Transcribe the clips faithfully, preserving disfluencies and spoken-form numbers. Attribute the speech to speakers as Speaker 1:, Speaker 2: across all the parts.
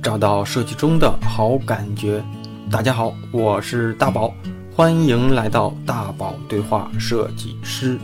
Speaker 1: 找到设计中的好感觉。大家好，我是大宝，欢迎来到大宝对话设计师。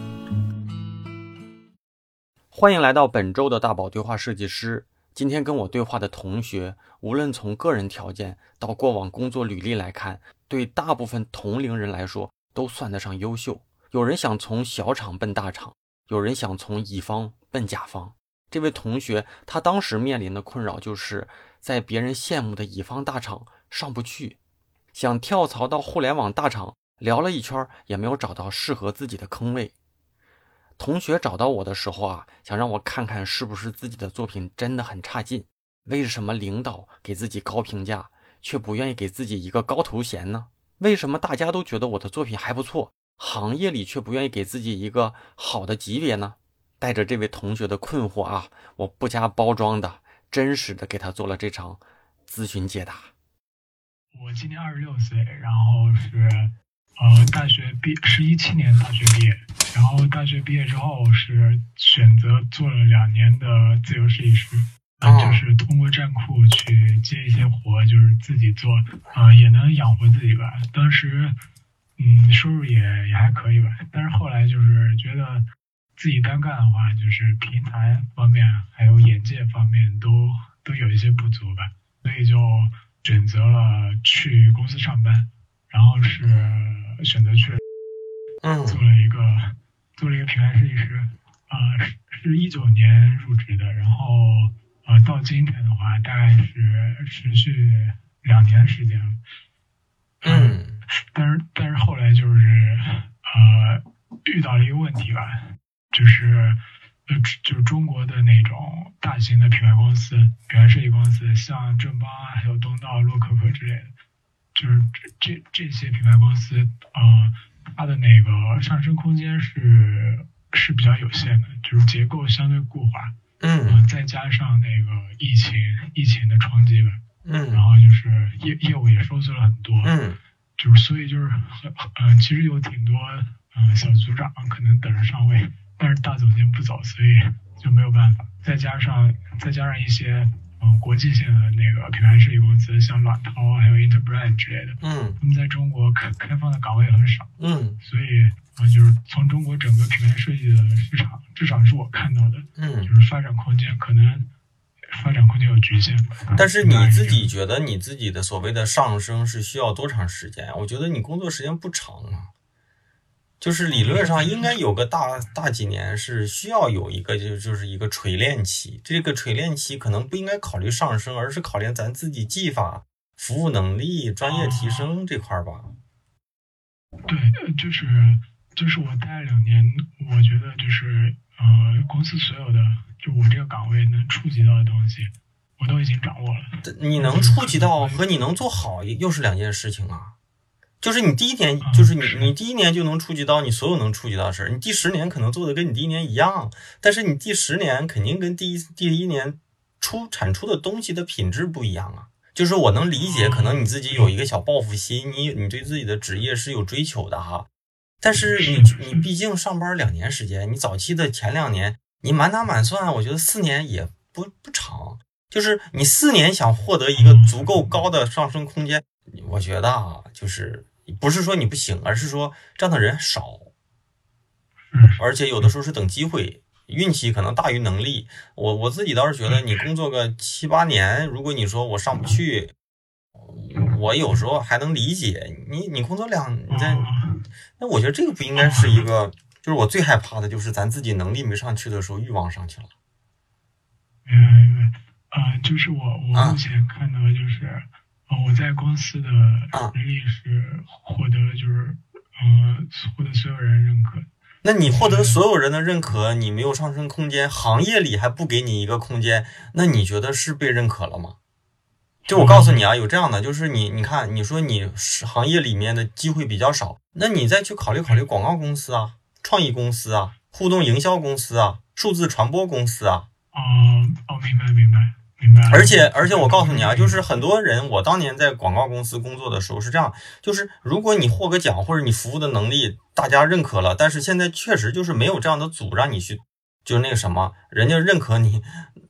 Speaker 1: 欢迎来到本周的大宝对话设计师。今天跟我对话的同学，无论从个人条件到过往工作履历来看，对大部分同龄人来说都算得上优秀。有人想从小厂奔大厂，有人想从乙方奔甲方。这位同学他当时面临的困扰就是在别人羡慕的乙方大厂上不去，想跳槽到互联网大厂，聊了一圈也没有找到适合自己的坑位。同学找到我的时候啊，想让我看看是不是自己的作品真的很差劲，为什么领导给自己高评价，却不愿意给自己一个高头衔呢？为什么大家都觉得我的作品还不错，行业里却不愿意给自己一个好的级别呢？带着这位同学的困惑啊，我不加包装的真实的给他做了这场咨询解答。
Speaker 2: 我今年二十六岁，然后是呃大学毕是一七年大学毕业，然后大学毕业之后是选择做了两年的自由设计师，呃、就是通过站酷去接一些活，就是自己做，呃也能养活自己吧。当时嗯收入也也还可以吧，但是后来就是觉得自己单干的话，就是平台方面还有眼界方面都都有一些不足吧，所以就选择了去公司上班，然后是选择去做了一个做了一个品牌设计师，呃是是一九年入职的，然后呃到今天的话大概是持续两年时间了，
Speaker 1: 嗯，
Speaker 2: 但是但是后来就是呃遇到了一个问题吧。就是呃，就是中国的那种大型的品牌公司、品牌设计公司，像正邦啊，还有东道、洛可可之类的，就是这这这些品牌公司，呃，它的那个上升空间是是比较有限的，就是结构相对固化，
Speaker 1: 嗯、
Speaker 2: 呃，再加上那个疫情疫情的冲击吧，
Speaker 1: 嗯，
Speaker 2: 然后就是业业务也收缩了很多，
Speaker 1: 嗯，
Speaker 2: 就是所以就是很呃，其实有挺多嗯、呃、小组长可能等着上位。但是大总监不走，所以就没有办法。再加上再加上一些嗯、呃、国际性的那个品牌设计公司，像卵涛还有 Interbrand 之类的，
Speaker 1: 嗯，
Speaker 2: 他们在中国开开放的岗位很少，
Speaker 1: 嗯，
Speaker 2: 所以啊、呃、就是从中国整个品牌设计的市场，至少是我看到的，
Speaker 1: 嗯，
Speaker 2: 就是发展空间可能发展空间有局限。
Speaker 1: 但是你自己觉得你自己的所谓的上升是需要多长时间？我觉得你工作时间不长啊。就是理论上应该有个大大几年是需要有一个就就是一个锤炼期，这个锤炼期可能不应该考虑上升，而是考虑咱自己技法、服务能力、专业提升这块吧。
Speaker 2: 对，就是就是我待两年，我觉得就是呃公司所有的就我这个岗位能触及到的东西，我都已经掌握了。
Speaker 1: 你能触及到和你能做好又是两件事情啊。就是你第一年，就是你你第一年就能触及到你所有能触及到的事儿，你第十年可能做的跟你第一年一样，但是你第十年肯定跟第一第一年出产出的东西的品质不一样啊。就是我能理解，可能你自己有一个小报复心，你你对自己的职业是有追求的哈，但是你你毕竟上班两年时间，你早期的前两年你满打满算，我觉得四年也不不长，就是你四年想获得一个足够高的上升空间，我觉得啊，就是不是说你不行，而是说这样的人少，而且有的时候是等机会，运气可能大于能力。我我自己倒是觉得，你工作个七八年，如果你说我上不去，我有时候还能理解。你你工作两，你在，那我觉得这个不应该是一个，就是我最害怕的就是咱自己能力没上去的时候，欲望上去了。
Speaker 2: 嗯呃，就是我我目前看到就是。啊呃，我在公司的实力是获得，就是呃，获得所有人认可。
Speaker 1: 那你获得所有人的认可，你没有上升空间，行业里还不给你一个空间，那你觉得是被认可了吗？就我告诉你啊，有这样的，就是你你看，你说你行业里面的机会比较少，那你再去考虑考虑广告公司啊、创意公司啊、互动营销公司啊、数字传播公司啊。
Speaker 2: 哦哦，明白明白。
Speaker 1: 而且而且我告诉你啊，就是很多人，我当年在广告公司工作的时候是这样，就是如果你获个奖或者你服务的能力大家认可了，但是现在确实就是没有这样的组让你去，就是那个什么，人家认可你，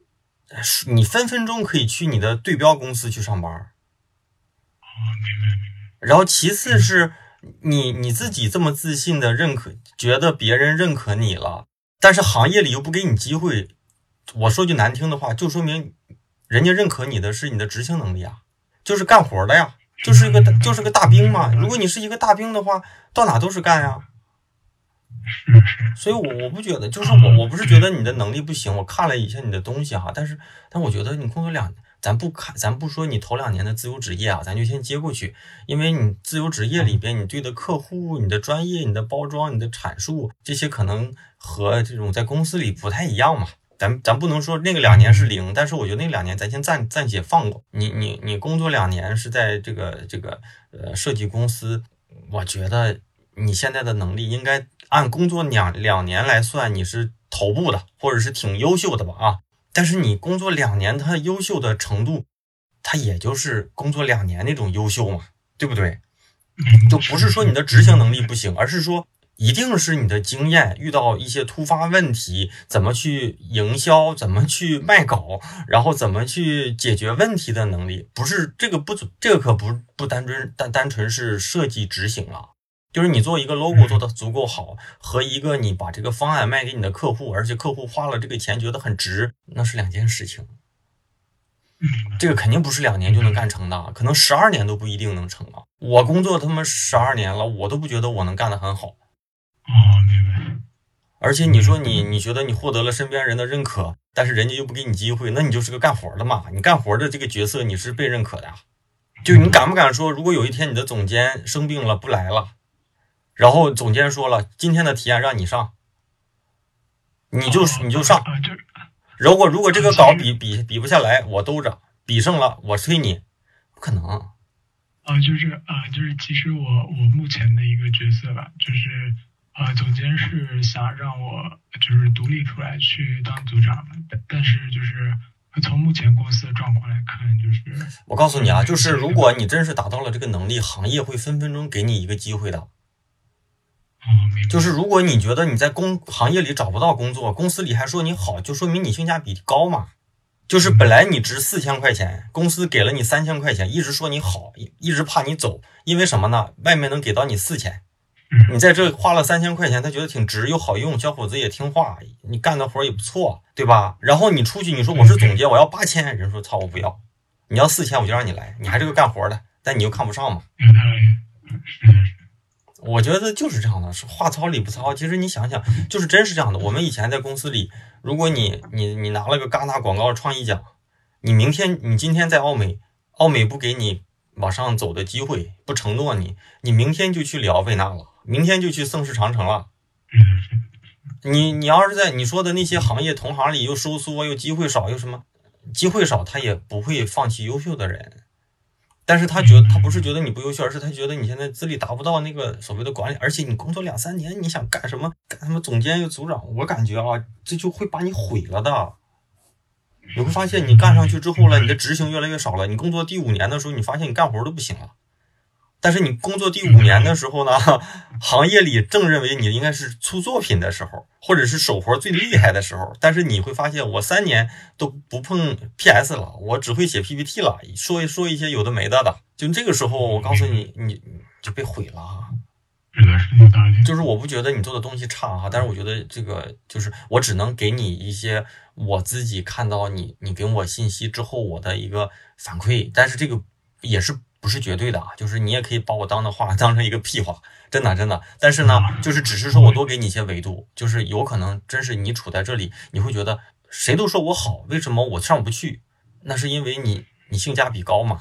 Speaker 1: 你分分钟可以去你的对标公司去上班。
Speaker 2: 哦，明白明白。
Speaker 1: 然后其次是你你自己这么自信的认可，觉得别人认可你了，但是行业里又不给你机会，我说句难听的话，就说明人家认可你的是你的执行能力啊，就是干活的呀，就是一个就是个大兵嘛。如果你是一个大兵的话，到哪都是干呀。
Speaker 2: 是是。
Speaker 1: 所以我我不觉得，就是我我不是觉得你的能力不行，我看了一下你的东西哈，但是但我觉得你工作两，咱不看，咱不说你头两年的自由职业啊，咱就先接过去，因为你自由职业里边，你对的客户、你的专业、你的包装、你的阐述，这些可能和这种在公司里不太一样嘛。咱咱不能说那个两年是零，但是我觉得那两年咱先暂暂且放过。你你你工作两年是在这个这个呃设计公司，我觉得你现在的能力应该按工作两两年来算，你是头部的，或者是挺优秀的吧啊。但是你工作两年，它优秀的程度，它也就是工作两年那种优秀嘛，对不对？就不是说你的执行能力不行，而是说一定是你的经验，遇到一些突发问题，怎么去营销，怎么去卖稿，然后怎么去解决问题的能力，不是这个不这个可不不单纯单单纯是设计执行啊。就是你做一个 logo 做的足够好，和一个你把这个方案卖给你的客户，而且客户花了这个钱觉得很值，那是两件事情。这个肯定不是两年就能干成的，可能十二年都不一定能成啊。我工作他妈十二年了，我都不觉得我能干得很好。
Speaker 2: 哦，明白。
Speaker 1: 而且你说你你觉得你获得了身边人的认可，但是人家又不给你机会，那你就是个干活的嘛。你干活的这个角色你是被认可的，就你敢不敢说，如果有一天你的总监生病了不来了，然后总监说了今天的提案让你上，你就你就上。如果如果这个稿比比比不下来，我兜着；比胜了，我催你，不可能。
Speaker 2: 啊，就是啊，就是其实我我目前的一个角色吧，就是呃，总监是想让我就是独立出来去当组长的，但但是就是从目前公司的状况来看，就是
Speaker 1: 我告诉你啊，就是如果你真是达到了这个能力，行业会分分钟给你一个机会的。就是如果你觉得你在工行业里找不到工作，公司里还说你好，就说明你性价比高嘛。就是本来你值四千块钱，公司给了你三千块钱，一直说你好，一直怕你走，因为什么呢？外面能给到你四千，你在这花了三千块钱，他觉得挺值又好用，小伙子也听话，你干的活也不错，对吧？然后你出去你说我是总监，我要八千，人说操我不要，你要四千我就让你来，你还是个干活的，但你又看不上嘛。
Speaker 2: 有道理，是的是。
Speaker 1: 我觉得就是这样的，是话糙理不糙。其实你想想，就是真是这样的。我们以前在公司里，如果你你你拿了个戛纳广告创意奖，你明天你今天在奥美，奥美不给你往上走的机会，不承诺你，你明天就去聊维纳了，明天就去盛世长城了。你你要是在你说的那些行业同行里又收缩又机会少又什么，机会少他也不会放弃优秀的人。但是他觉得他不是觉得你不优秀，而是他觉得你现在资历达不到那个所谓的管理，而且你工作两三年，你想干什么？干什么总监又组长？我感觉啊，这就会把你毁了的。你会发现你干上去之后了，你的执行越来越少了。你工作第五年的时候，你发现你干活都不行了。但是你工作第五年的时候呢，行业里正认为你应该是出作品的时候，或者是手活最厉害的时候。但是你会发现，我三年都不碰 P S 了，我只会写 P P T 了，说一说一些有的没的的。就这个时候，我告诉你，你就被毁了。
Speaker 2: 是的，是有道理。
Speaker 1: 就是我不觉得你做的东西差哈，但是我觉得这个就是我只能给你一些我自己看到你你给我信息之后我的一个反馈，但是这个也是不是绝对的啊，就是你也可以把我当的话当成一个屁话，真的真的。但是呢，就是只是说我多给你一些维度，就是有可能真是你处在这里，你会觉得谁都说我好，为什么我上不去？那是因为你你性价比高嘛。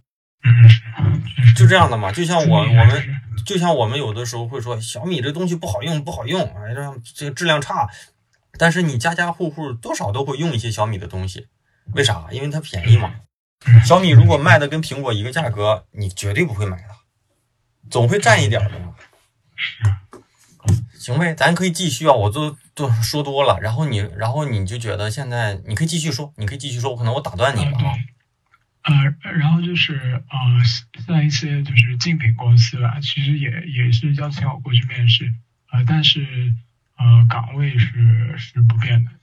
Speaker 1: 就这样的嘛，就像我我们就像我们有的时候会说小米这东西不好用不好用，哎，这个质量差，但是你家家户户多少都会用一些小米的东西，为啥？因为它便宜嘛。小米如果卖的跟苹果一个价格，你绝对不会买的，总会占一点的嘛。行呗，咱可以继续啊，我都都说多了，然后你然后你就觉得现在你可以继续说，你可以继续说，我可能我打断你了啊。
Speaker 2: 呃，然后就是呃，像一些就是竞品公司吧，其实也也是邀请我过去面试，呃，但是呃岗位是是不变的，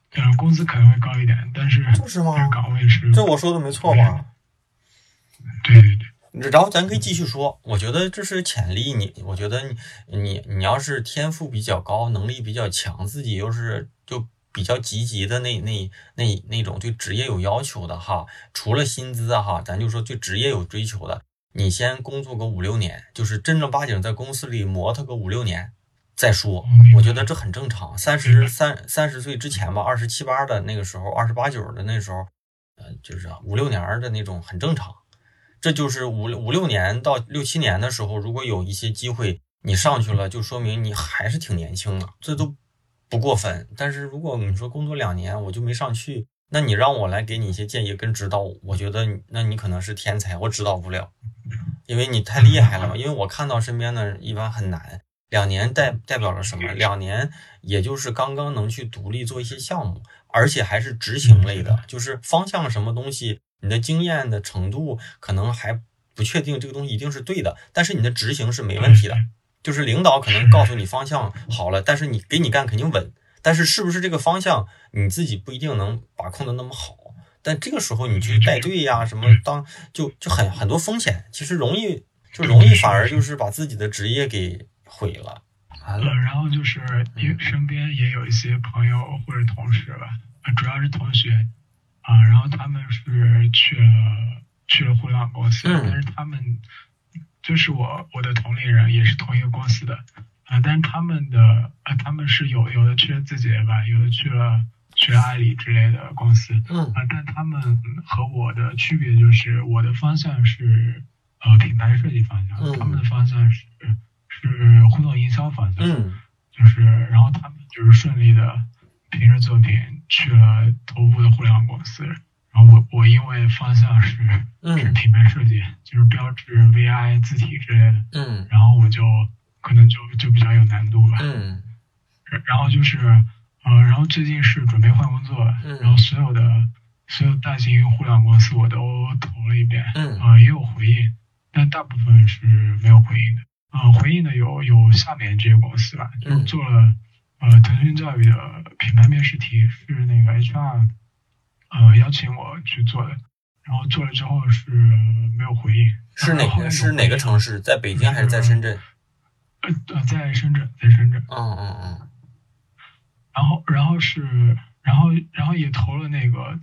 Speaker 2: 嗯，工资可能会高一点，但是
Speaker 1: 就是吗？
Speaker 2: 但是岗位是，
Speaker 1: 这我说的没错吧？
Speaker 2: 对对对。
Speaker 1: 然后咱可以继续说，我觉得这是潜力。你，我觉得你你你要是天赋比较高，能力比较强，自己又是就比较积极的那那那那种对职业有要求的哈，除了薪资啊哈，咱就说对职业有追求的，你先工作个五六年，就是正正八经在公司里磨它个五六年再说，我觉得这很正常。三十三三十岁之前吧，二十七八的那个时候，二十八九的那时候，呃，就是五六年的那种很正常。这就是五五六年到六七年的时候，如果有一些机会你上去了，就说明你还是挺年轻的，这都不过分。但是如果你说工作两年我就没上去，那你让我来给你一些建议跟指导，我觉得那你可能是天才，我指导不了，因为你太厉害了。因为我看到身边的一般很难，两年代代表了什么？两年也就是刚刚能去独立做一些项目，而且还是执行类的，就是方向什么东西。你的经验的程度可能还不确定这个东西一定是对的，但是你的执行是没问题的。就是领导可能告诉你方向好了，但是你给你干肯定稳，但是是不是这个方向你自己不一定能把控的那么好。但这个时候你去带队呀什么当就就很很多风险，其实容易就容易反而就是把自己的职业给毁了。
Speaker 2: 呃，然后就是也身边也有一些朋友或者同事吧，主要是同学。啊，然后他们是去了去了互联网公司，
Speaker 1: 嗯、
Speaker 2: 但是他们就是我我的同龄人，也是同一个公司的啊，但是他们的啊，他们是有有的去了字节吧，有的去了去了阿里之类的公司，
Speaker 1: 嗯
Speaker 2: 啊，但他们和我的区别就是我的方向是呃品牌设计方向，
Speaker 1: 嗯、
Speaker 2: 他们的方向是是互动营销方向，
Speaker 1: 嗯，
Speaker 2: 就是然后他们就是顺利的凭着作品去了头部的互联网公司，然后我我因为方向是是品牌设计，就是标志 V I 字体之类的，
Speaker 1: 嗯，
Speaker 2: 然后我就可能就就比较有难度吧，
Speaker 1: 嗯，
Speaker 2: 然后就是呃，然后最近是准备换工作了，
Speaker 1: 嗯，
Speaker 2: 然后所有的所有大型互联网公司我都投了一遍，
Speaker 1: 嗯，
Speaker 2: 啊、呃、也有回应，但大部分是没有回应的，啊、呃、回应的有有下面这些公司吧，就是做了。呃，腾讯教育的品牌面试题是那个 H R， 呃邀请我去做的，然后做了之后是没有回应。
Speaker 1: 是哪个？是哪个城市？在北京还是在深圳？
Speaker 2: 呃呃，在深圳，在深圳。
Speaker 1: 嗯嗯嗯。
Speaker 2: 然后，然后是，然后，然后也投了那个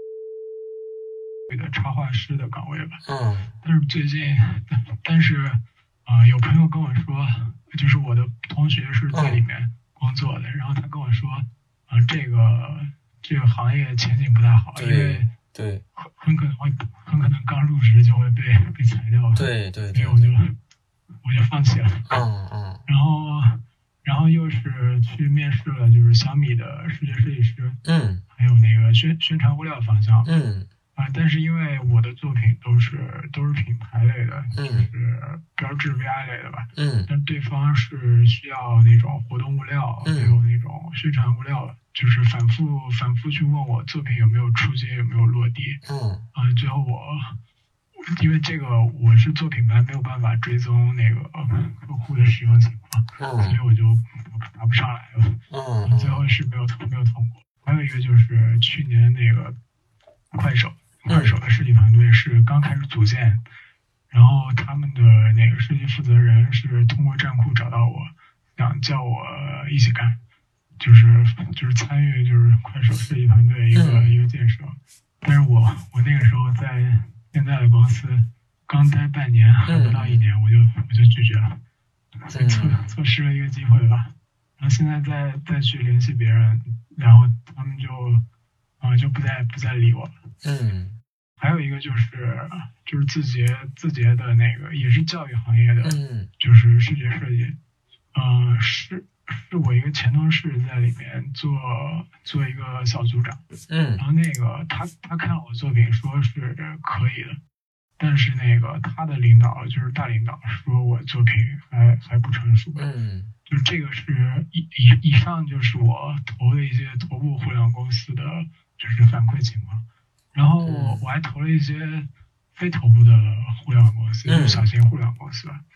Speaker 2: 的插画师的岗位吧。
Speaker 1: 嗯。
Speaker 2: 但是最近，但是啊、呃，有朋友跟我说，就是我的同学是在里面。嗯工作的，然后他跟我说，啊、呃，这个这个行业前景不太好，因为
Speaker 1: 对
Speaker 2: 很很可能会很可能刚入职就会被被裁掉了，
Speaker 1: 对对对，
Speaker 2: 所以我就我就放弃了。
Speaker 1: 嗯嗯。
Speaker 2: 然后然后又是去面试了，就是小米的视觉设计师，
Speaker 1: 嗯，
Speaker 2: 还有那个宣宣传物料方向，
Speaker 1: 嗯。
Speaker 2: 啊、呃，但是因为我的作品都是都是品牌类的，
Speaker 1: 嗯，
Speaker 2: 就是标志 V I 类的吧，
Speaker 1: 嗯，
Speaker 2: 但对方是需要那种活动物料，
Speaker 1: 嗯，
Speaker 2: 还有那种宣传物料的，就是反复反复去问我作品有没有出街，有没有落地，
Speaker 1: 嗯，
Speaker 2: 啊、呃，最后我因为这个我是做品牌没有办法追踪那个客户的使用情况，
Speaker 1: 嗯，
Speaker 2: 所以我就答不上来了，
Speaker 1: 嗯，
Speaker 2: 最后是没有没有通过。还有一个就是去年那个快手。快手的设计团队是刚开始组建，然后他们的那个设计负责人是通过站酷找到我，想叫我一起干，就是就是参与就是快手设计团队一个、嗯、一个建设。但是我我那个时候在现在的公司刚待半年还不到一年，我就我就拒绝了，所以错错失了一个机会吧。然后现在再再去联系别人，然后他们就啊、呃、就不再不再理我了。
Speaker 1: 嗯。
Speaker 2: 还有一个就是就是字节字节的那个也是教育行业的，
Speaker 1: 嗯，
Speaker 2: 就是视觉设计，呃，是是我一个前同事在里面做做一个小组长，
Speaker 1: 嗯，
Speaker 2: 然后那个他他看我作品说是可以的，但是那个他的领导就是大领导说我作品还还不成熟，
Speaker 1: 嗯，
Speaker 2: 就这个是以以以上就是我投的一些头部互联网公司的就是反馈情况。然后我还投了一些非头部的互联网公司，
Speaker 1: 嗯、
Speaker 2: 就是小型互联网公司吧。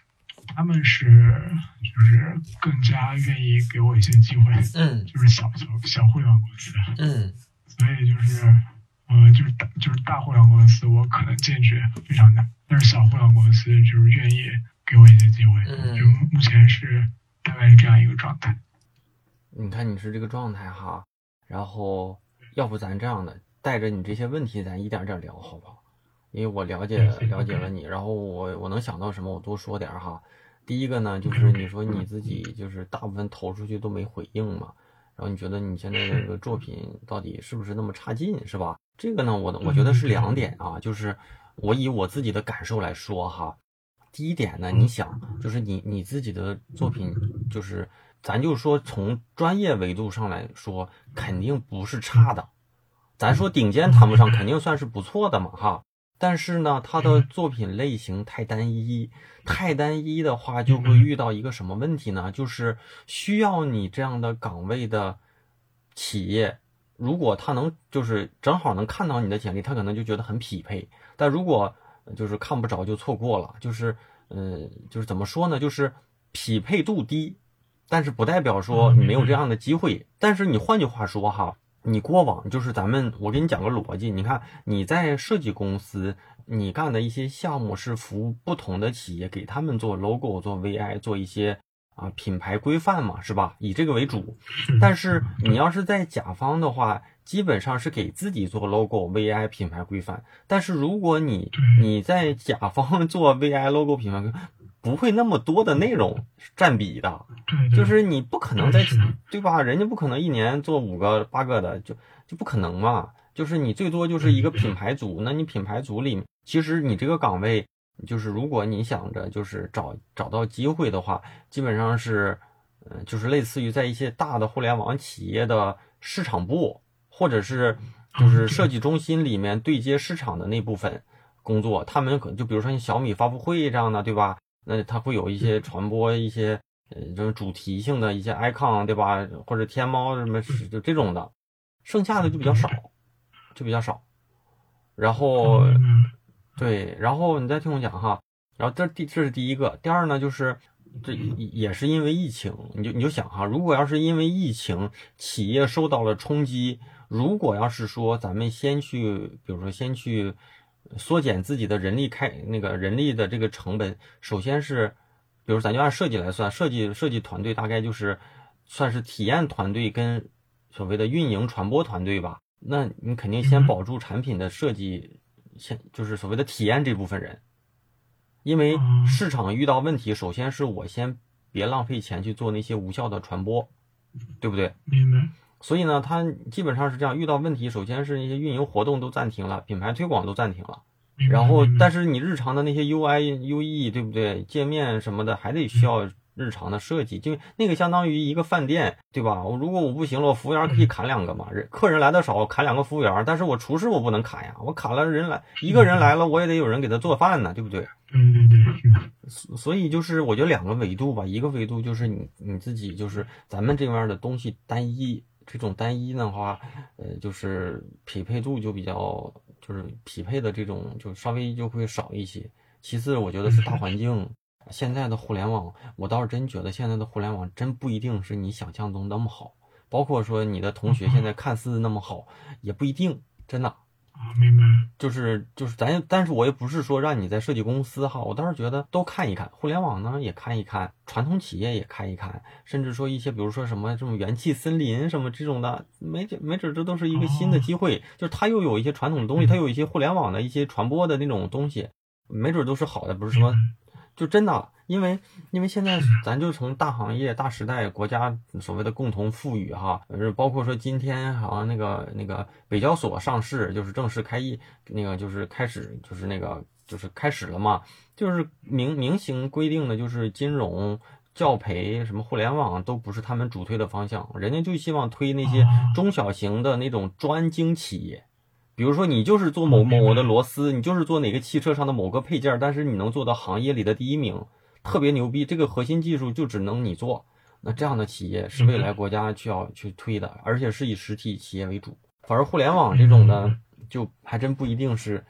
Speaker 2: 他们是就是更加愿意给我一些机会，
Speaker 1: 嗯
Speaker 2: 就是小小小互联网公司，
Speaker 1: 嗯
Speaker 2: 所以就是呃就是大就是大互联网公司我可能进去非常难，但是小互联网公司就是愿意给我一些机会，
Speaker 1: 嗯，
Speaker 2: 就目前是大概是这样一个状态。
Speaker 3: 你看你是这个状态哈，然后要不咱这样的，带着你这些问题，咱一点点聊好不好？因为我了解了解了你，然后我我能想到什么，我多说点哈。第一个呢，就是你说你自己就是大部分投出去都没回应嘛，然后你觉得你现在这个作品到底是不是那么差劲，是吧？这个呢，我我觉得是两点啊，就是我以我自己的感受来说哈。第一点呢，你想就是你你自己的作品就是。咱就说从专业维度上来说，肯定不是差的，咱说顶尖谈不上，肯定算是不错的嘛哈。但是呢，他的作品类型太单一，太单一的话，就会遇到一个什么问题呢？就是需要你这样的岗位的企业，如果他能就是正好能看到你的简历，他可能就觉得很匹配。但如果就是看不着就错过了，就是呃，就是怎么说呢？就是匹配度低。但是不代表说你没有这样的机会，但是你换句话说哈，你过往就是咱们，我给你讲个逻辑，你看你在设计公司，你干的一些项目是服务不同的企业，给他们做 logo、做 V I、做一些啊品牌规范嘛，是吧？以这个为主。但是你要是在甲方的话，基本上是给自己做 logo、V I、品牌规范。但是如果你你在甲方做 V I、logo、品牌规范，不会那么多的内容占比的，就是你不可能在对吧？人家不可能一年做五个八个的，就就不可能嘛。就是你最多就是一个品牌组，那你品牌组里，其实你这个岗位，就是如果你想着就是找找到机会的话，基本上是，嗯、呃，就是类似于在一些大的互联网企业的市场部，或者是就是设计中心里面对接市场的那部分工作，他们可能就比如说像小米发布会这样的，对吧？那它会有一些传播一些呃这种主题性的一些 icon 对吧，或者天猫什么就这种的，剩下的就比较少，就比较少。然后对，然后你再听我讲哈，然后这第这是第一个，第二呢就是这也是因为疫情，你就你就想哈，如果要是因为疫情企业受到了冲击，如果要是说咱们先去比如说先去缩减自己的人力开那个人力的这个成本，首先是，比如咱就按设计来算，设计设计团队大概就是算是体验团队跟所谓的运营传播团队吧。那你肯定先保住产品的设计，先就是所谓的体验这部分人，因为市场遇到问题，首先是我先别浪费钱去做那些无效的传播，对不对？
Speaker 2: 明白。
Speaker 3: 所以呢，它基本上是这样，遇到问题，首先是那些运营活动都暂停了，品牌推广都暂停了，然后但是你日常的那些 U I、U E 对不对？界面什么的还得需要日常的设计，就那个相当于一个饭店，对吧？我如果我不行了，我服务员可以砍两个嘛，人客人来的少，砍两个服务员，但是我厨师我不能砍呀，我砍了人来一个人来了，我也得有人给他做饭呢，对不对？
Speaker 2: 对对对。
Speaker 3: 所以就是我觉得两个维度吧，一个维度就是你你自己就是咱们这边的东西单一。这种单一的话，呃，就是匹配度就比较，就是匹配的这种就稍微就会少一些。其次，我觉得是大环境，现在的互联网，我倒是真觉得现在的互联网真不一定是你想象中那么好。包括说你的同学现在看似那么好，也不一定，真的。
Speaker 2: 啊，明白。
Speaker 3: 就是就是咱，但是我也不是说让你在设计公司哈，我倒是觉得都看一看，互联网呢也看一看，传统企业也看一看，甚至说一些比如说什么这种元气森林什么这种的，没准没准这都是一个新的机会，就是它又有一些传统的东西，它有一些互联网的一些传播的那种东西，没准都是好的，不是说就真的。因为因为现在咱就从大行业大时代国家所谓的共同富裕哈，包括说今天好像那个那个北交所上市就是正式开业，那个就是开始就是那个就是开始了嘛，就是明明行规定的就是金融教培什么互联网都不是他们主推的方向，人家就希望推那些中小型的那种专精企业。比如说你就是做某某的螺丝，你就是做哪个汽车上的某个配件，但是你能做到行业里的第一名，特别牛逼，这个核心技术就只能你做，那这样的企业是未来国家需要去推的，而且是以实体企业为主。反而互联网这种的就还真不一定是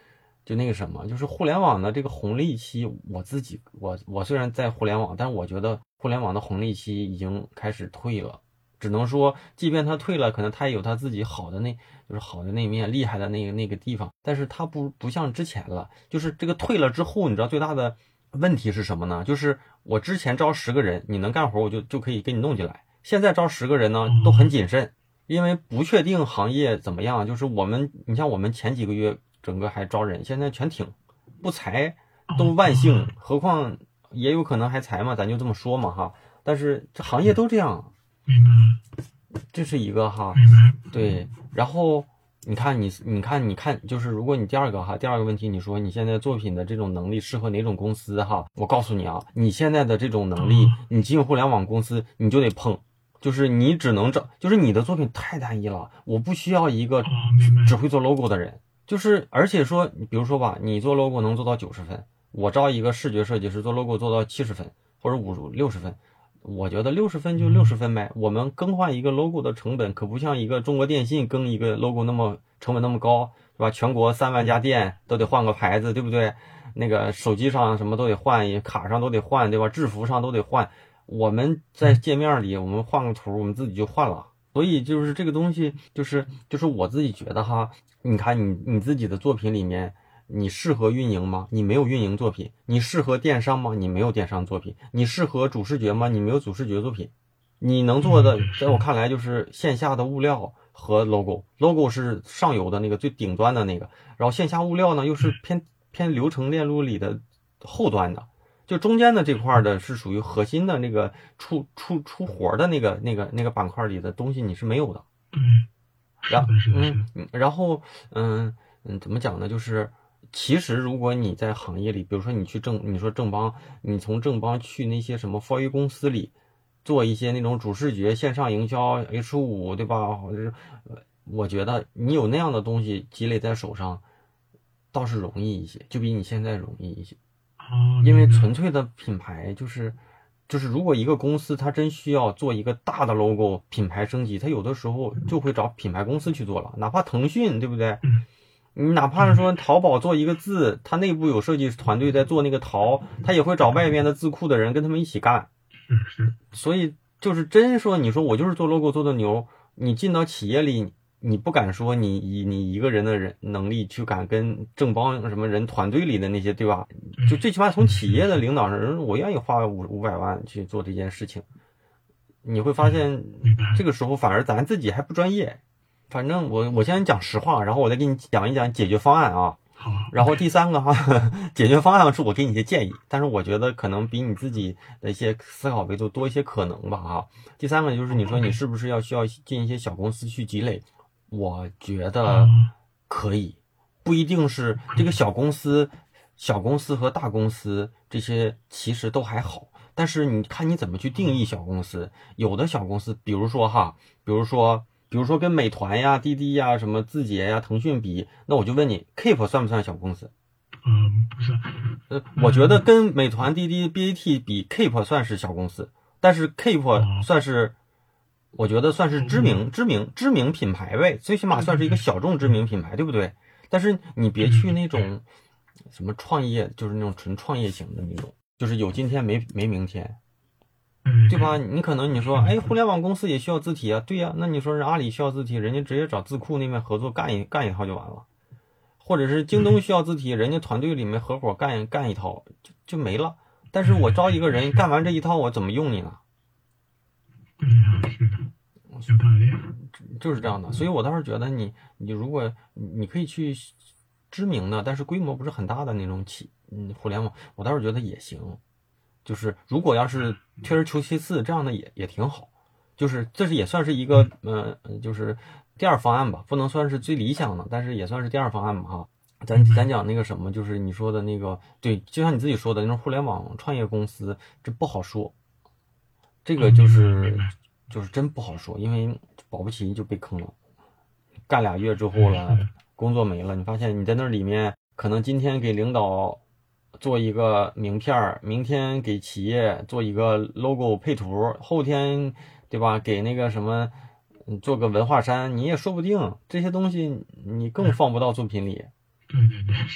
Speaker 3: 就那个什么，就是互联网的这个红利期，我自己我我虽然在互联网，但是我觉得互联网的红利期已经开始退了。只能说，即便它退了，可能它也有它自己好的那，就是好的那一面，厉害的那个那个地方，但是它不不像之前了。就是这个退了之后，你知道最大的问题是什么呢？就是我之前招十个人，你能干活，我就就可以给你弄进来。现在招十个人呢，都很谨慎，因为不确定行业怎么样。就是我们，你像我们前几个月整个还招人，现在全停，不裁都万幸，何况也有可能还裁嘛，咱就这么说嘛哈。但是这行业都这样。
Speaker 2: 明白，
Speaker 3: 这是一个哈，
Speaker 2: 明白，
Speaker 3: 对，然后你看你你看你看，就是如果你第二个哈，第二个问题，你说你现在作品的这种能力适合哪种公司哈？我告诉你啊，你现在的这种能力，你进互联网公司你就得碰，就是你只能找，就是你的作品太单一了，我不需要一个只会做 logo 的人，就是而且说，比如说吧，你做 logo 能做到九十分，我招一个视觉设计师做 logo 做到七十分或者五六十分。我觉得六十分就六十分呗。我们更换一个 logo 的成本可不像一个中国电信更一个 logo 那么成本那么高，是吧？全国三万家店都得换个牌子，对不对？那个手机上什么都得换，卡上都得换，对吧？制服上都得换。我们在界面里，我们换个图，我们自己就换了。所以就是这个东西，就是就是我自己觉得哈，你看你你自己的作品里面。你适合运营吗？你没有运营作品。你适合电商吗？你没有电商作品。你适合主视觉吗？你没有主视觉作品。你能做的，在我看来就是线下的物料和 logo。logo 是上游的那个最顶端的那个，然后线下物料呢又是偏偏流程链路里的后端的，就中间的这块的是属于核心的那个出出出活的那个那个那个板块里的东西你是没有的。
Speaker 2: 对，
Speaker 3: 然后嗯，然后嗯嗯，怎么讲呢？就是。其实，如果你在行业里，比如说你去正，你说正邦，你从正邦去那些什么 for A 公司里做一些那种主视觉、线上营销 H 五，对吧？我觉得你有那样的东西积累在手上，倒是容易一些，就比你现在容易一些。因为纯粹的品牌就是就是如果一个公司它真需要做一个大的 logo 品牌升级，它有的时候就会找品牌公司去做了，哪怕腾讯，对不对？你哪怕是说淘宝做一个字，它内部有设计团队在做那个淘，它也会找外边的字库的人跟他们一起干。所以就是真说，你说我就是做 logo 做的牛，你进到企业里，你不敢说你以你一个人的人能力去敢跟正邦什么人团队里的那些，对吧？就最起码从企业的领导人，我愿意花五五百万去做这件事情。你会发现，这个时候反而咱自己还不专业。反正我我先讲实话，然后我再给你讲一讲解决方案啊。然后第三个哈，解决方案是我给你一些建议，但是我觉得可能比你自己的一些思考维度多一些可能吧哈。第三个就是你说你是不是要需要进一些小公司去积累？我觉得可以，不一定是这个小公司，小公司和大公司这些其实都还好，但是你看你怎么去定义小公司。有的小公司，比如说哈，比如说。比如说跟美团呀、滴滴呀、什么字节呀、腾讯比，那我就问你 ，Keep 算不算小公司？
Speaker 2: 嗯，不算。
Speaker 3: 呃，我觉得跟美团、滴滴、B A T 比 ，Keep 算是小公司，但是 Keep 算是，我觉得算是知名、知名、知名品牌呗，最起码算是一个小众知名品牌，对不对？但是你别去那种什么创业，就是那种纯创业型的那种，就是有今天没没明天。对吧？你可能你说，哎，互联网公司也需要字体啊，对呀、啊。那你说人阿里需要字体，人家直接找字库那边合作干一干一套就完了，或者是京东需要字体，人家团队里面合伙干干一套就就没了。但是我招一个人干完这一套，我怎么用你呢？
Speaker 2: 对呀、啊，是的，有道理，
Speaker 3: 就是这样的。所以我倒是觉得你你如果你可以去知名的，但是规模不是很大的那种企嗯互联网，我倒是觉得也行。就是如果要是退而求其次，这样的也也挺好。就是这是也算是一个呃，就是第二方案吧，不能算是最理想的，但是也算是第二方案嘛哈。咱咱讲那个什么，就是你说的那个，对，就像你自己说的那种互联网创业公司，这不好说。这个就是就是真不好说，因为保不齐就被坑了。干俩月之后了，工作没了，你发现你在那里面，可能今天给领导做一个名片，明天给企业做一个 logo 配图，后天对吧给那个什么做个文化衫，你也说不定。这些东西你更放不到作品里。
Speaker 2: 对对对，是的。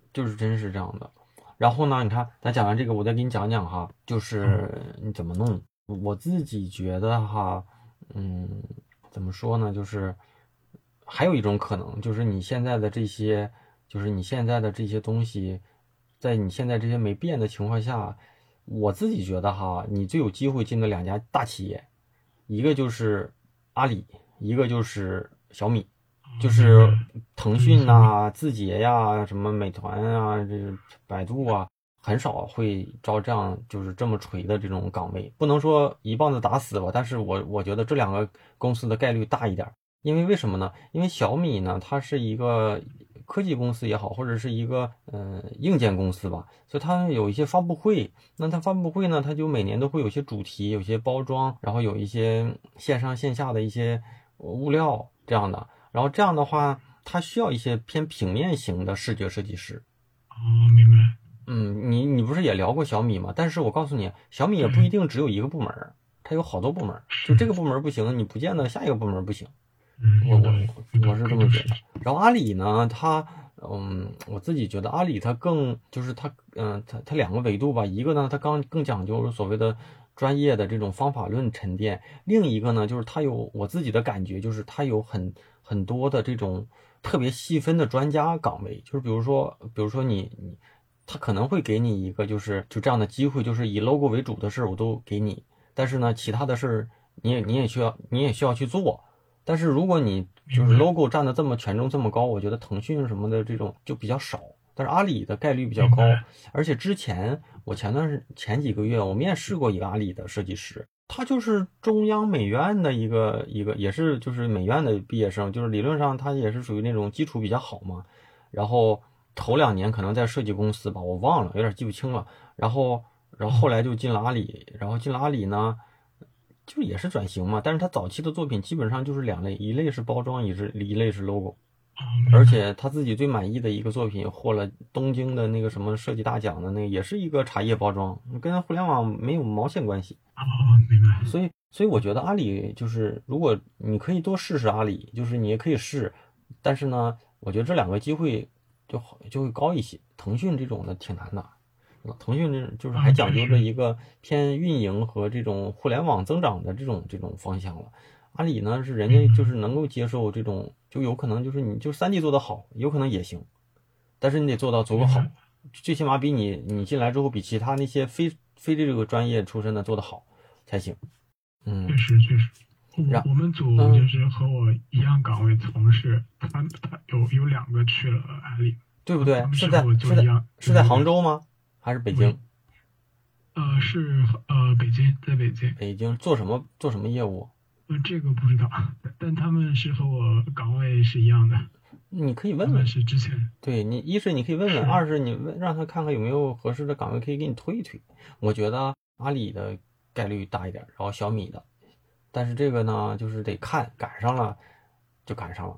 Speaker 3: 就是真是这样的。然后呢，你看咱讲完这个，我再给你讲讲哈，就是你怎么弄。我自己觉得哈，嗯，怎么说呢，就是还有一种可能，就是你现在的这些，就是你现在的这些东西，在你现在这些没变的情况下，我自己觉得哈，你最有机会进的两家大企业，一个就是阿里，一个就是小米。就是腾讯呐、字节呀、什么美团啊、这百度啊，很少会招这样就是这么锤的这种岗位。不能说一棒子打死吧，但是我我觉得这两个公司的概率大一点。因为为什么呢？因为小米呢，它是一个科技公司也好，或者是一个呃硬件公司吧，所以它有一些发布会。那它发布会呢，它就每年都会有一些主题，有些包装，然后有一些线上线下的一些物料这样的。然后这样的话，它需要一些偏平面型的视觉设计师。
Speaker 2: 哦，明白。
Speaker 3: 嗯，你你不是也聊过小米吗？但是我告诉你，小米也不一定只有一个部门，它有好多部门。就这个部门不行，你不见得下一个部门不行。
Speaker 2: 嗯，
Speaker 3: 我我我是这么觉得。然后阿里呢，它嗯，我自己觉得阿里它更就是它嗯，它它两个维度吧，一个呢它刚更讲究所谓的专业的这种方法论沉淀，另一个呢就是它有我自己的感觉，就是它有很很多的这种特别细分的专家岗位，就是比如说比如说你你他可能会给你一个就是就这样的机会，就是以 logo 为主的事我都给你，但是呢其他的事你也你也需要你也需要去做。但是如果你就是 logo 占的这么权重这么高，我觉得腾讯什么的这种就比较少，但是阿里的概率比较高。而且之前我前段时前几个月我面试过一个阿里的设计师，他就是中央美院的一个一个也是就是美院的毕业生，就是理论上他也是属于那种基础比较好嘛，然后头两年可能在设计公司吧，我忘了有点记不清了，然后然后后来就进了阿里，然后进了阿里呢就也是转型嘛，但是他早期的作品基本上就是两类，一类是包装，一是一类是 logo。而且他自己最满意的一个作品获了东京的那个什么设计大奖的那个，也是一个茶叶包装，跟互联网没有毛线关系。
Speaker 2: 哦，明白。
Speaker 3: 所以，所以我觉得阿里就是，如果你可以多试试阿里，就是你也可以试，但是呢，我觉得这两个机会就好就会高一些。腾讯这种的挺难的，腾讯这就是还讲究着一个偏运营和这种互联网增长的这种这种方向了。阿里呢是人家就是能够接受这种，就有可能就是你就 三 D 做得好，有可能也行，但是你得做到足够好，最起码比你你进来之后比其他那些非非这个专业出身的做得好才行。嗯，
Speaker 2: 确实确实。我我们组就是和我一样岗位同事，他他有有两个去了阿里，
Speaker 3: 对不对？是在是在是在杭州吗？还是北京？
Speaker 2: 呃，是呃北京，在北京。
Speaker 3: 北京做什么做什么业务？
Speaker 2: 呃，这个不知道，但他们是和我岗位是一样的。
Speaker 3: 你可以问问，
Speaker 2: 是之前。
Speaker 3: 对你，一是你可以问问，二是你问让他看看有没有合适的岗位可以给你推一推。我觉得阿里的概率大一点，然后小米的，但是这个呢，就是得看赶上了就赶上了。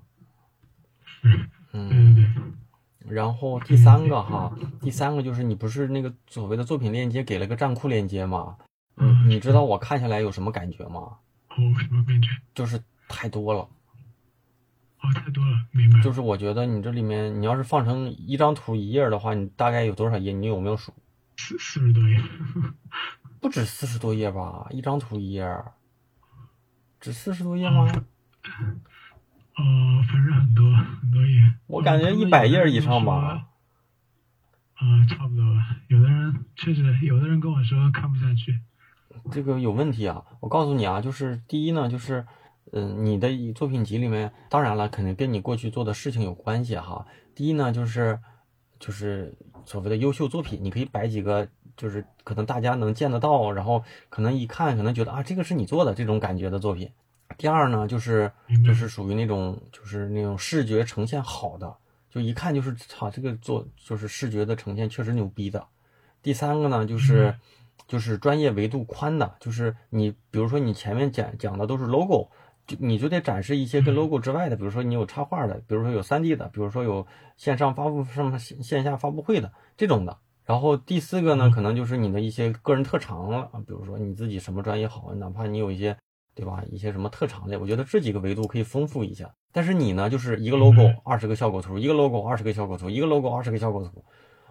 Speaker 3: 嗯，然后第三个哈，第三个就是你不是那个所谓的作品链接给了个站库链接吗？嗯，你知道我看下来有什么感觉吗？
Speaker 2: 哦，什么感觉？
Speaker 3: 就是太多了。
Speaker 2: 哦，太多了，明白。
Speaker 3: 就是我觉得你这里面，你要是放成一张图一页的话，你大概有多少页？你有没有数？
Speaker 2: 四四十多页。
Speaker 3: 不止四十多页吧？一张图一页，只四十多页吗？
Speaker 2: 哦，反正很多很多页。
Speaker 3: 我感觉一百页以上吧。
Speaker 2: 嗯，差不多吧。有的人确实，有的人跟我说看不下去。
Speaker 3: 这个有问题啊！我告诉你啊，就是第一呢，就是，嗯、呃，你的作品集里面，当然了，肯定跟你过去做的事情有关系哈。第一呢，就是，就是所谓的优秀作品，你可以摆几个，就是可能大家能见得到，然后可能一看，可能觉得啊，这个是你做的这种感觉的作品。第二呢，就是就是属于那种就是那种视觉呈现好的，就一看就是操，这个做就是视觉的呈现确实牛逼的。第三个呢，就是。嗯就是专业维度宽的，就是你比如说你前面讲讲的都是 logo， 就你就得展示一些跟 logo 之外的，比如说你有插画的，比如说有 三 D 的，比如说有线上发布上线下发布会的这种的。然后第四个呢，可能就是你的一些个人特长了，比如说你自己什么专业好，哪怕你有一些对吧，一些什么特长类，我觉得这几个维度可以丰富一下。但是你呢，就是一个 logo 二十个效果图，一个 logo 二十个效果图，一个 logo 二十个效果图，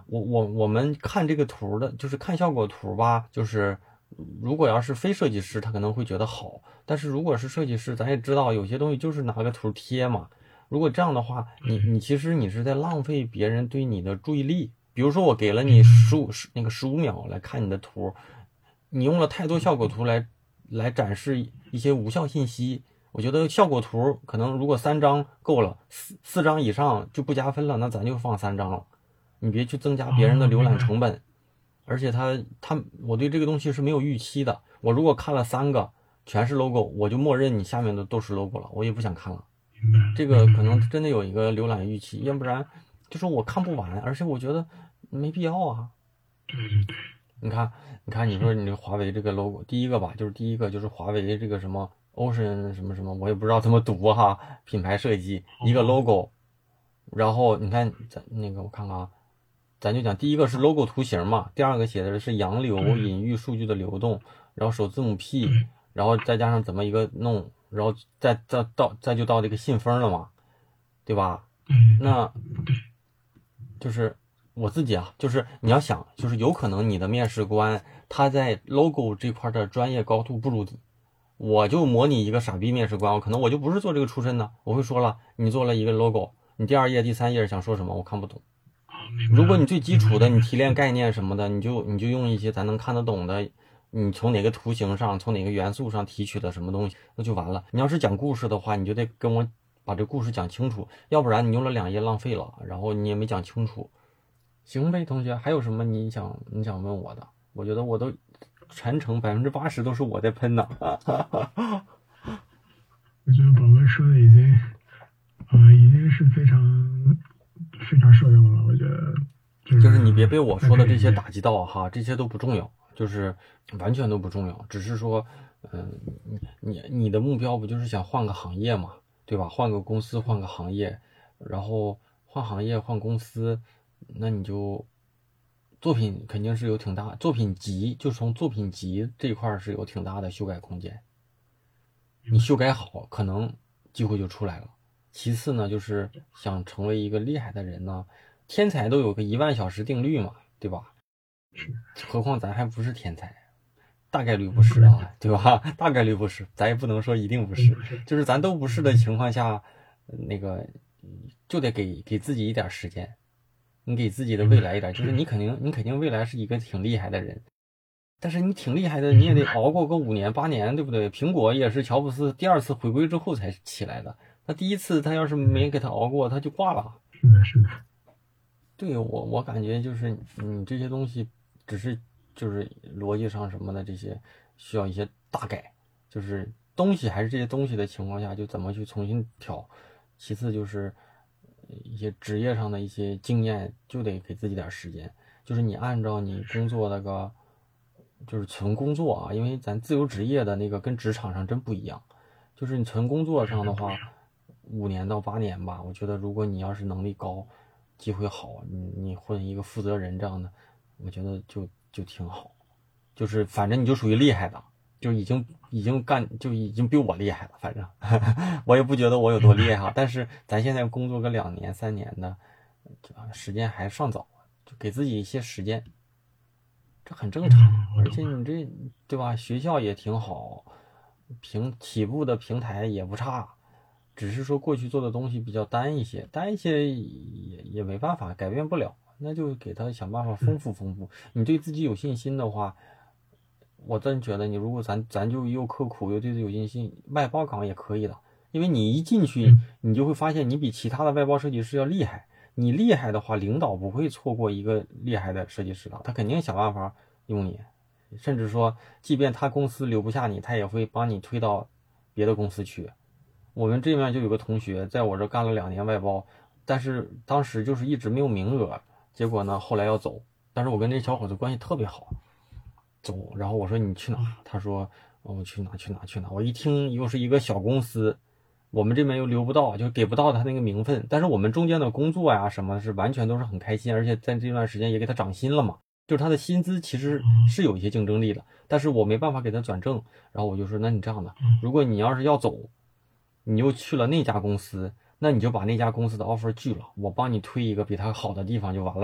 Speaker 3: 我我我们看这个图的，就是看效果图吧，就是如果要是非设计师，他可能会觉得好，但是如果是设计师，咱也知道有些东西就是拿个图贴嘛。如果这样的话，你你其实你是在浪费别人对你的注意力。比如说我给了你十五十那个十五秒来看你的图，你用了太多效果图来来展示一些无效信息。我觉得效果图可能如果三张够了，四四张以上就不加分了，那咱就放三张了。你别去增加别人的浏览成本。而且他他我对这个东西是没有预期的。我如果看了三个全是 logo， 我就默认你下面的都是 logo 了，我也不想看了。这个可能真的有一个浏览预期，要不然就是我看不完，而且我觉得没必要啊。
Speaker 2: 对对对，
Speaker 3: 你看，你看，你说你这华为这个 logo， 第一个吧，就是第一个就是华为这个什么 Ocean 什么什么，我也不知道怎么读哈，品牌设计一个 logo， 然后你看咱那个我看看啊，咱就讲第一个是 logo 图形嘛，第二个写的是洋流隐喻数据的流动，然后首字母 P， 然后再加上怎么一个弄。然后再再到再就到这个信封了嘛，对吧？那就是我自己啊，就是你要想，就是有可能你的面试官他在 logo 这块的专业高度不如你，我就模拟一个傻逼面试官，我可能我就不是做这个出身的，我会说了，你做了一个 logo， 你第二页第三页想说什么我看不懂。如果你最基础的你提炼概念什么的，你就你就用一些咱能看得懂的。你从哪个图形上，从哪个元素上提取的什么东西，那就完了。你要是讲故事的话，你就得跟我把这故事讲清楚，要不然你用了两页浪费了，然后你也没讲清楚。行呗，同学，还有什么你想你想问我的？我觉得我都全程百分之八十都是我在喷呢。
Speaker 2: 我觉得宝宝说的已经，呃，已经是非常非常受用了。我觉得就是、
Speaker 3: 就是你别被我说的这些打击到哈，这些都不重要。就是完全都不重要，只是说，嗯，你你的目标不就是想换个行业嘛，对吧？换个公司，换个行业，然后换行业换公司，那你就作品肯定是有挺大，作品集就从作品集这块是有挺大的修改空间。你修改好，可能机会就出来了。其次呢，就是想成为一个厉害的人呢，天才都有个一万小时定律嘛，对吧？何况咱还不是天才，大概率不是啊，对吧？大概率不是，咱也不能说一定不是，就是咱都不是的情况下，那个就得给给自己一点时间，你给自己的未来一点，就是你肯定你肯定未来是一个挺厉害的人，但是你挺厉害的，你也得熬过个五年八年，对不对？苹果也是乔布斯第二次回归之后才起来的，他第一次他要是没给他熬过，他就挂了。
Speaker 2: 是的，是的。
Speaker 3: 对我我感觉就是你这些东西。只是就是逻辑上什么的这些需要一些大改，就是东西还是这些东西的情况下就怎么去重新调。其次就是一些职业上的一些经验就得给自己点时间，就是你按照你工作那个就是纯工作啊，因为咱自由职业的那个跟职场上真不一样，就是你纯工作上的话五年到八年吧，我觉得如果你要是能力高机会好，你你混一个负责人这样的我觉得就就挺好，就是反正你就属于厉害的，就已经已经干就已经比我厉害了，反正我也不觉得我有多厉害，但是咱现在工作个两年三年的，时间还尚早，就给自己一些时间，这很正常。而且你这对吧，学校也挺好，平起步的平台也不差，只是说过去做的东西比较单一些，单一些也也没办法，改变不了。那就给他想办法丰富丰富。你对自己有信心的话，我真觉得你如果咱咱就又刻苦又对自己有信心，外包岗也可以的。因为你一进去，你就会发现你比其他的外包设计师要厉害。你厉害的话，领导不会错过一个厉害的设计师的，他肯定想办法用你。甚至说，即便他公司留不下你，他也会帮你推到别的公司去。我们这边就有个同学在我这干了两年外包，但是当时就是一直没有名额。结果呢，后来要走，但是我跟这小伙子关系特别好，走，然后我说你去哪？他说我、哦、去哪去哪去哪。我一听又是一个小公司，我们这边又留不到，就给不到他那个名分。但是我们中间的工作呀什么是完全都是很开心，而且在这段时间也给他涨薪了嘛，就是他的薪资其实是有一些竞争力的，但是我没办法给他转正。然后我就说，那你这样的，如果你要是要走，你又去了那家公司。那你就把那家公司的 offer 拒了，我帮你推一个比他好的地方就完了呗。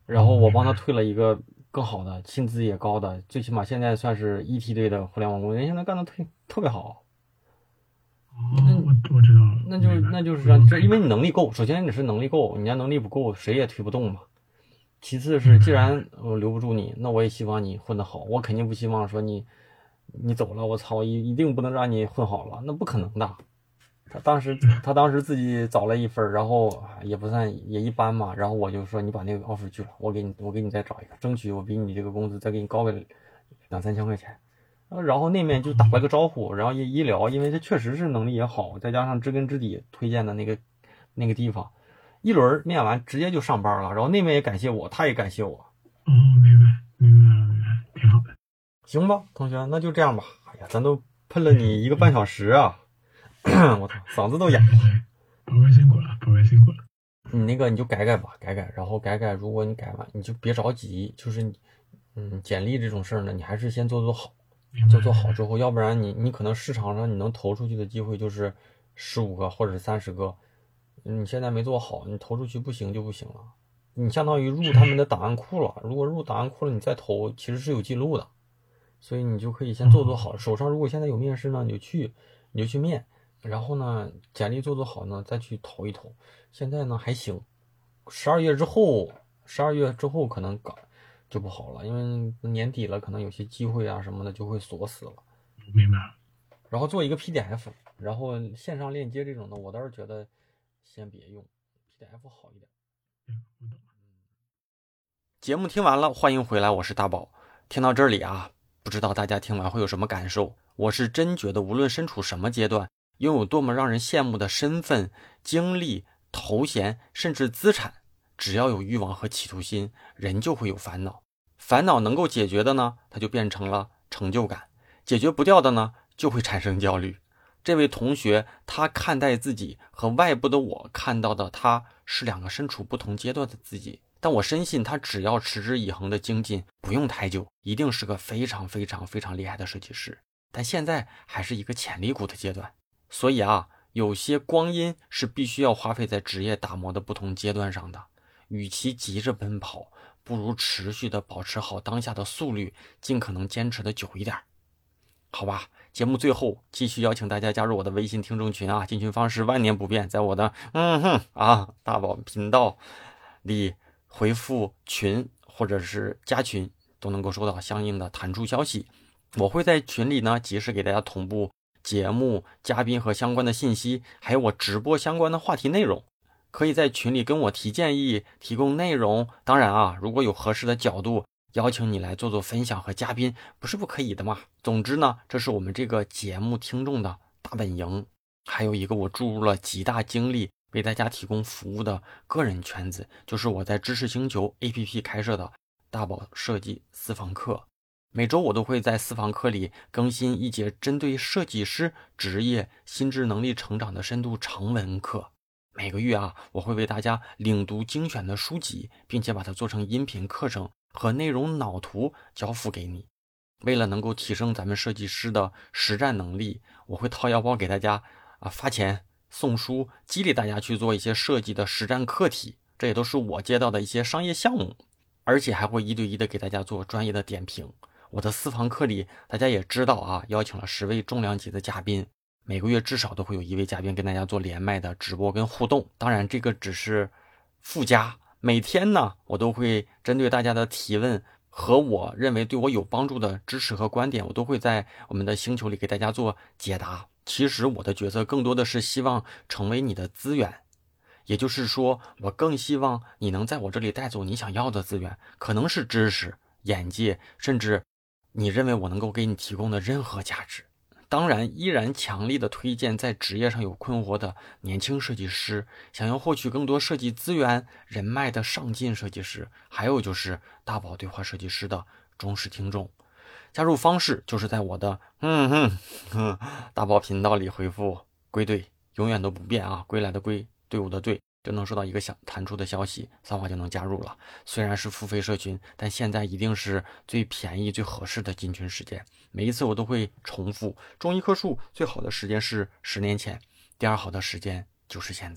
Speaker 3: 然后我帮他推了一个更好的，薪资也高的，最起码现在算是一梯队的互联网公司，人现在干的特特别好。
Speaker 2: 哦，我我知道了，
Speaker 3: 那就
Speaker 2: 明白
Speaker 3: 那就是这样，这因为你能力够，首先你是能力够，你家能力不够，谁也推不动嘛。其次是，既然我留不住你，那我也希望你混得好，我肯定不希望说你你走了，我操，一一定不能让你混好了，那不可能的。他当时他当时自己找了一份，然后也不算也一般嘛，然后我就说你把那个 offer 拒了，我给你我给你再找一个，争取我比你这个工资再给你高个两三千块钱。然后那面就打了个招呼，然后一一聊，因为这确实是能力也好，再加上知根知底推荐的那个那个地方，一轮面完直接就上班了。然后那面也感谢我，他也感谢我。
Speaker 2: 哦，明白明白了明白，挺好的。
Speaker 3: 行吧，同学，那就这样吧。哎呀，咱都喷了你一个半小时啊，我操，嗓子都哑了。
Speaker 2: 宝贝辛苦了，宝贝辛苦了。
Speaker 3: 你那个你就改改吧，改改，然后改改。如果你改完，你就别着急，就是你，嗯，简历这种事儿呢，你还是先做做好。做做好之后，要不然你你可能市场上你能投出去的机会就是十五个或者是三十个，你现在没做好，你投出去不行就不行了，你相当于入他们的档案库了。如果入档案库了，你再投其实是有记录的，所以你就可以先做做好。手上如果现在有面试呢，你就去你就去面，然后呢简历做做好呢，再去投一投。现在呢还行，十二月之后，十二月之后可能搞。就不好了，因为年底了，可能有些机会啊什么的就会锁死了。
Speaker 2: 明白了。
Speaker 3: 然后做一个 P D F， 然后线上链接这种的，我倒是觉得先别用 ，P D F 好一点。
Speaker 2: 嗯，我懂了。
Speaker 3: 节目听完了，欢迎回来，我是大宝。听到这里啊，不知道大家听完会有什么感受？我是真觉得，无论身处什么阶段，拥有多么让人羡慕的身份、经历、头衔，甚至资产。只要有欲望和企图心，人就会有烦恼。烦恼能够解决的呢，它就变成了成就感；解决不掉的呢，就会产生焦虑。这位同学，他看待自己和外部的我看到的他是两个身处不同阶段的自己。但我深信，他只要持之以恒的精进，不用太久，一定是个非常非常非常厉害的设计师。但现在还是一个潜力股的阶段，所以啊，有些光阴是必须要花费在职业打磨的不同阶段上的。与其急着奔跑，不如持续的保持好当下的速率，尽可能坚持的久一点。好吧，节目最后继续邀请大家加入我的微信听众群啊，进群方式万年不变，在我的嗯哼啊大宝频道里回复群或者是加群，都能够收到相应的弹出消息。我会在群里呢及时给大家同步节目、嘉宾和相关的信息，还有我直播相关的话题内容。可以在群里跟我提建议，提供内容。当然啊，如果有合适的角度，邀请你来做做分享和嘉宾，不是不可以的嘛。总之呢，这是我们这个节目听众的大本营。还有一个我注入了极大精力为大家提供服务的个人圈子，就是我在知识星球 A P P 开设的大宝设计私房课。每周我都会在私房课里更新一节针对设计师职业心智能力成长的深度长文课。每个月啊，我会为大家领读精选的书籍，并且把它做成音频课程和内容脑图交付给你。为了能够提升咱们设计师的实战能力，我会掏腰包给大家啊发钱送书，激励大家去做一些设计的实战课题。这也都是我接到的一些商业项目，而且还会一对一的给大家做专业的点评。我的私房课里，大家也知道啊，邀请了十位重量级的嘉宾。每个月至少都会有一位嘉宾跟大家做连麦的直播跟互动，当然这个只是附加。每天呢，我都会针对大家的提问和我认为对我有帮助的知识和观点，我都会在我们的星球里给大家做解答。其实我的角色更多的是希望成为你的资源，也就是说，我更希望你能在我这里带走你想要的资源，可能是知识、眼界，甚至你认为我能够给你提供的任何价值。当然依然强力的推荐在职业上有困惑的年轻设计师，想要获取更多设计资源人脉的上进设计师，还有就是大宝对话设计师的忠实听众。加入方式就是在我的嗯哼哼大宝频道里回复归队，永远都不变啊，归来的归，队伍的队，就能收到一个想弹出的消息，扫码就能加入了。虽然是付费社群，但现在一定是最便宜最合适的进群时间。每一次我都会重复，种一棵树最好的时间是十年前，第二好的时间就是现在。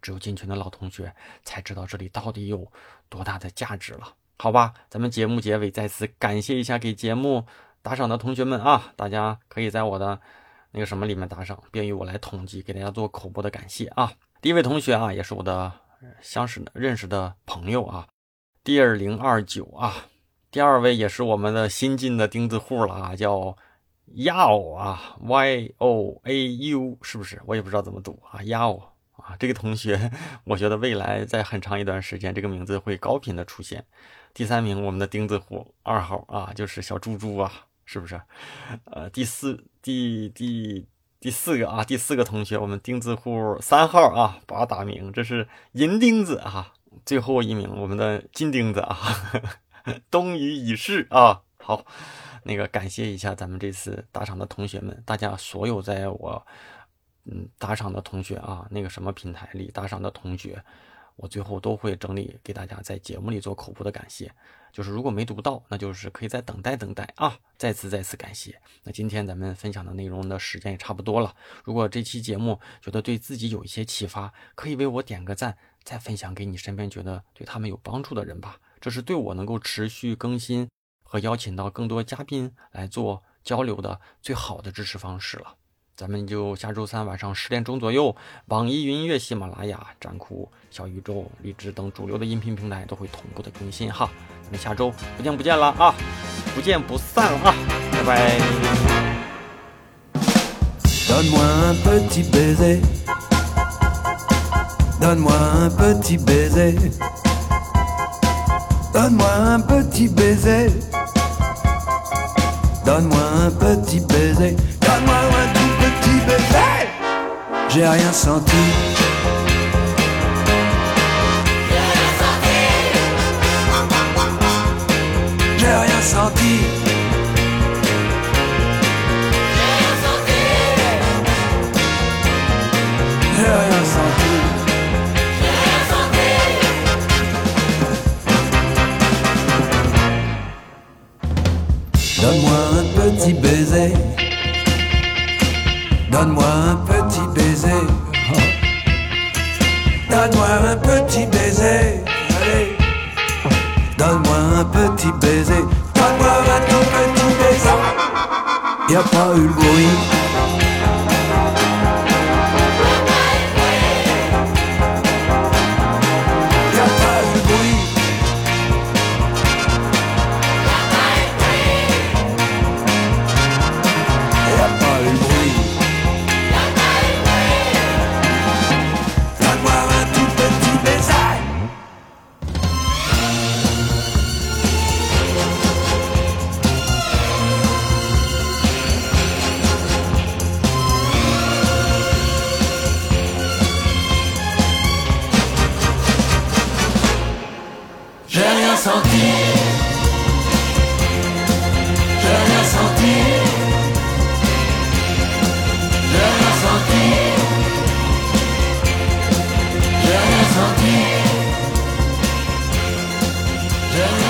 Speaker 3: 只有进群的老同学才知道这里到底有多大的价值了。好吧，咱们节目结尾再次感谢一下给节目打赏的同学们啊，大家可以在我的那个什么里面打赏，便于我来统计，给大家做口播的感谢啊。第一位同学啊，也是我的相识的认识的朋友啊 ，dear 零二九啊。第二位也是我们的新进的钉子户了啊，叫 Yao 啊 ，Y O A U 是不是？我也不知道怎么读啊 ，Yao 啊，这个同学，我觉得未来在很长一段时间，这个名字会高频的出现。第三名，我们的钉子户二号啊，就是小猪猪啊，是不是？呃，第四第第第四个啊，第四个同学，我们钉子户三号啊，八大名，这是银钉子啊。最后一名，我们的金钉子啊，东隅已逝啊。好，那个感谢一下咱们这次打赏的同学们，大家所有在我嗯打赏的同学啊，那个什么平台里打赏的同学。我最后都会整理给大家在节目里做口播的感谢，就是如果没读到，那就是可以再等待等待啊！再次再次感谢。那今天咱们分享的内容的时间也差不多了，如果这期节目觉得对自己有一些启发，可以为我点个赞，再分享给你身边觉得对他们有帮助的人吧，这是对我能够持续更新和邀请到更多嘉宾来做交流的最好的支持方式了。咱们就下周三晚上十点钟左右，网易云音乐、喜马拉雅、站酷、小宇宙、荔枝等主流的音频平台都会同步的更新哈。咱们下周不见不见了啊，不见不散了啊，拜拜。
Speaker 4: Donne-moi un petit baiser, donne-moi un petit baiser, donne-moi un petit baiser, donne-moi un petit baiser, donne-moi un tout petit baiser. J'ai rien senti. J'ai rien senti. J'ai rien senti. Donne-moi un petit baiser. Donne-moi un petit baiser. Oh. Donne-moi un petit baiser. Allez. Donne-moi un petit baiser. Donne-moi un tout petit baiser. Y'a pas eu le bruit. Y'a pas eu le bruit. Y'a pas eu le bruit. Donne-moi un tout petit baiser. J'ai rien senti. J'ai rien senti. J'ai rien senti. J'ai rien senti. J'ai rien